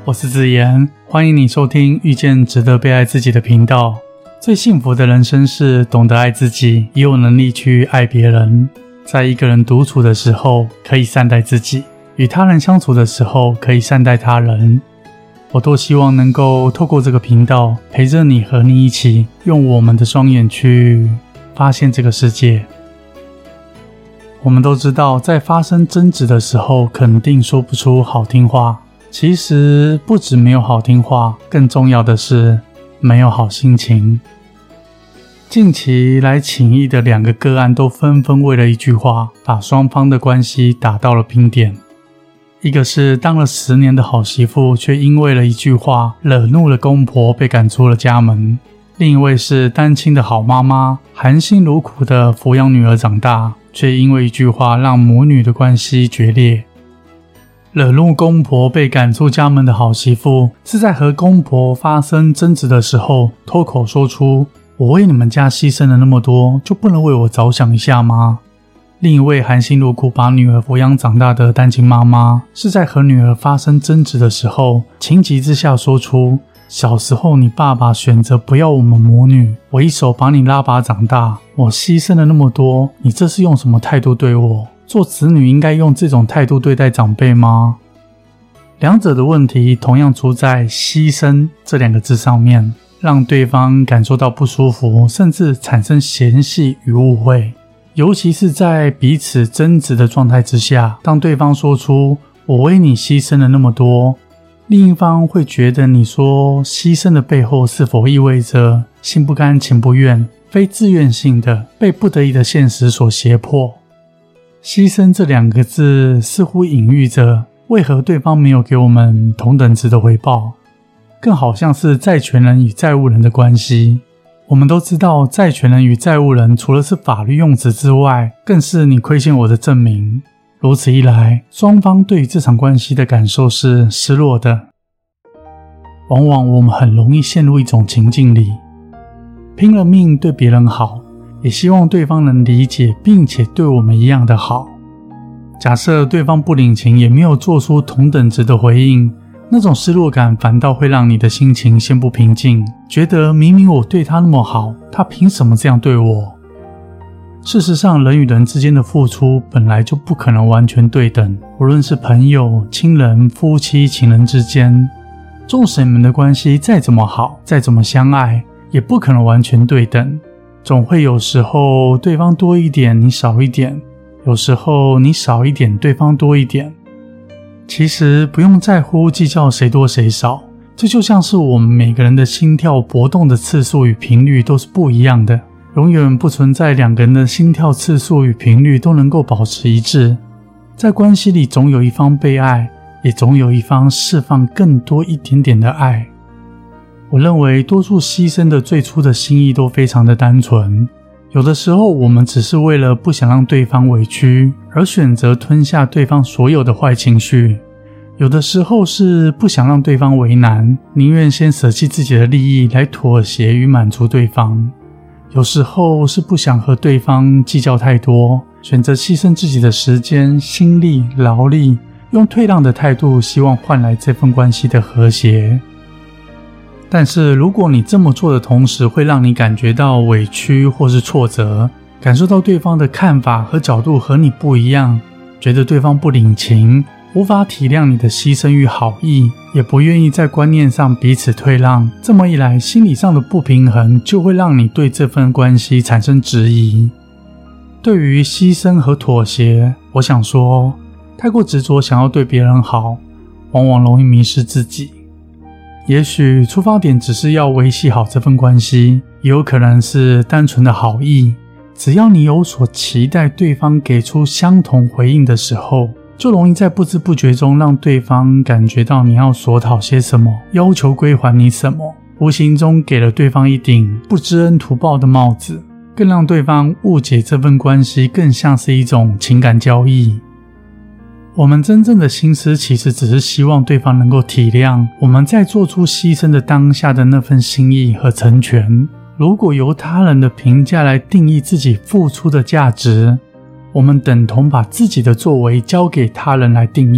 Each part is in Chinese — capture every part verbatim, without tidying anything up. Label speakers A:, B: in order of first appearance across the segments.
A: 我是子言，欢迎你收听遇见值得被爱自己的频道。最幸福的人生是懂得爱自己，也有能力去爱别人。在一个人独处的时候，可以善待自己；与他人相处的时候，可以善待他人。我多希望能够透过这个频道，陪着你和你一起，用我们的双眼去发现这个世界。我们都知道，在发生争执的时候，肯定说不出好听话。其实不止没有好听话，更重要的是没有好心情。近期来请益的两个个案都纷纷为了一句话，把双方的关系打到了冰点。一个是当了十年的好媳妇，却因为了一句话惹怒了公婆，被赶出了家门。另一位是单亲的好妈妈，含辛茹苦的抚养女儿长大，却因为一句话让母女的关系决裂。惹怒公婆被赶出家门的好媳妇，是在和公婆发生争执的时候脱口说出，我为你们家牺牲了那么多，就不能为我着想一下吗？另一位含辛茹苦把女儿抚养长大的单亲妈妈，是在和女儿发生争执的时候，情急之下说出，小时候你爸爸选择不要我们母女，我一手把你拉拔长大，我牺牲了那么多，你这是用什么态度对我？做子女应该用这种态度对待长辈吗？两者的问题同样出在牺牲这两个字上面，让对方感受到不舒服，甚至产生嫌隙与误会。尤其是在彼此争执的状态之下，当对方说出我为你牺牲了那么多，另一方会觉得你说牺牲的背后是否意味着心不甘情不愿，非自愿性的被不得已的现实所胁迫。牺牲这两个字似乎隐喻着为何对方没有给我们同等值的回报，更好像是债权人与债务人的关系。我们都知道，债权人与债务人除了是法律用词之外，更是你亏欠我的证明。如此一来，双方对于这场关系的感受是失落的。往往我们很容易陷入一种情境里，拼了命对别人好，也希望对方能理解并且对我们一样的好。假设对方不领情，也没有做出同等值的回应，那种失落感反倒会让你的心情先不平静，觉得明明我对他那么好，他凭什么这样对我？事实上，人与人之间的付出本来就不可能完全对等，无论是朋友、亲人、夫妻、情人之间，纵使你们的关系再怎么好，再怎么相爱，也不可能完全对等。总会有时候对方多一点，你少一点；有时候你少一点，对方多一点。其实不用在乎计较谁多谁少，这就像是我们每个人的心跳搏动的次数与频率都是不一样的，永远不存在两个人的心跳次数与频率都能够保持一致。在关系里，总有一方被爱，也总有一方释放更多一点点的爱。我认为多数牺牲的最初的心意都非常的单纯，有的时候我们只是为了不想让对方委屈，而选择吞下对方所有的坏情绪；有的时候是不想让对方为难，宁愿先舍弃自己的利益来妥协与满足对方；有时候是不想和对方计较太多，选择牺牲自己的时间、心力、劳力，用退让的态度，希望换来这份关系的和谐。但是如果你这么做的同时会让你感觉到委屈或是挫折，感受到对方的看法和角度和你不一样，觉得对方不领情，无法体谅你的牺牲与好意，也不愿意在观念上彼此退让，这么一来，心理上的不平衡就会让你对这份关系产生质疑。对于牺牲和妥协，我想说，太过执着想要对别人好，往往容易迷失自己。也许出发点只是要维系好这份关系，也有可能是单纯的好意。只要你有所期待对方给出相同回应的时候，就容易在不知不觉中让对方感觉到你要索讨些什么，要求归还你什么，无形中给了对方一顶不知恩图报的帽子，更让对方误解这份关系更像是一种情感交易。我们真正的心思其实只是希望对方能够体谅我们在做出牺牲的当下的那份心意和成全。如果由他人的评价来定义自己付出的价值，我们等同把自己的作为交给他人来定义，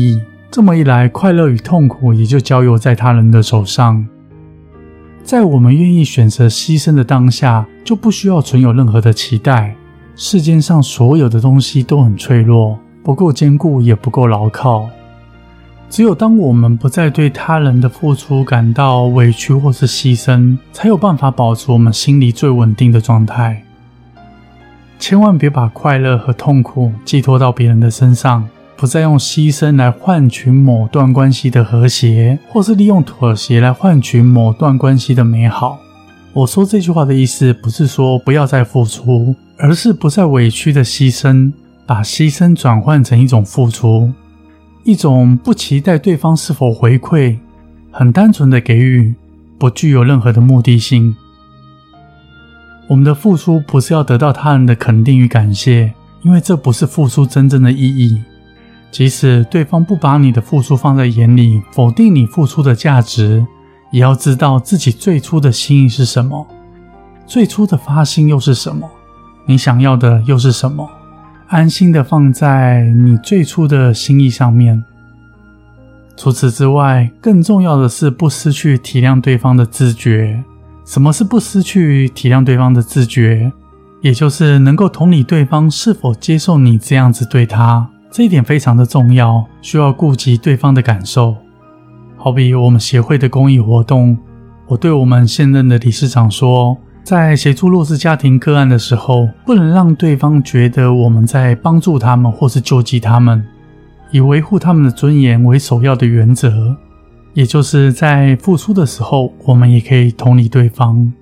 A: 这么一来，快乐与痛苦也就交由在他人的手上。在我们愿意选择牺牲的当下，就不需要存有任何的期待。世间上所有的东西都很脆弱，不够坚固，也不够牢靠。只有当我们不再对他人的付出感到委屈或是牺牲，才有办法保持我们心里最稳定的状态。千万别把快乐和痛苦寄托到别人的身上，不再用牺牲来换取某段关系的和谐，或是利用妥协来换取某段关系的美好。我说这句话的意思不是说不要再付出，而是不再委屈的牺牲，把牺牲转换成一种付出，一种不期待对方是否回馈，很单纯的给予，不具有任何的目的性。我们的付出不是要得到他人的肯定与感谢，因为这不是付出真正的意义。即使对方不把你的付出放在眼里，否定你付出的价值，也要知道自己最初的心意是什么，最初的发心又是什么，你想要的又是什么，安心的放在你最初的心意上面。除此之外，更重要的是不失去体谅对方的自觉。什么是不失去体谅对方的自觉？也就是能够同理对方是否接受你这样子对他，这一点非常的重要，需要顾及对方的感受。好比我们协会的公益活动，我对我们现任的理事长说，在协助弱势家庭个案的时候，不能让对方觉得我们在帮助他们或是救济他们，以维护他们的尊严为首要的原则。也就是在付出的时候，我们也可以同理对方。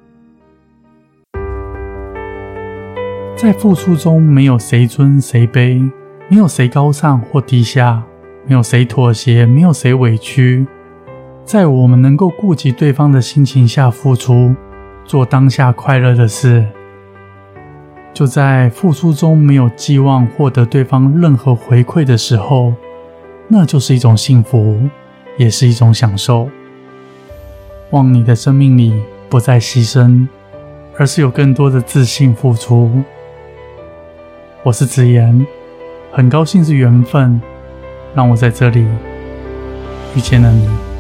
A: 在付出中，没有谁尊谁卑，没有谁高尚或低下，没有谁妥协，没有谁委屈。在我们能够顾及对方的心情下付出，做当下快乐的事。就在付出中没有寄望获得对方任何回馈的时候，那就是一种幸福，也是一种享受。望你的生命里不再牺牲，而是有更多的自信付出。我是子言，很高兴是缘分，让我在这里遇见了你。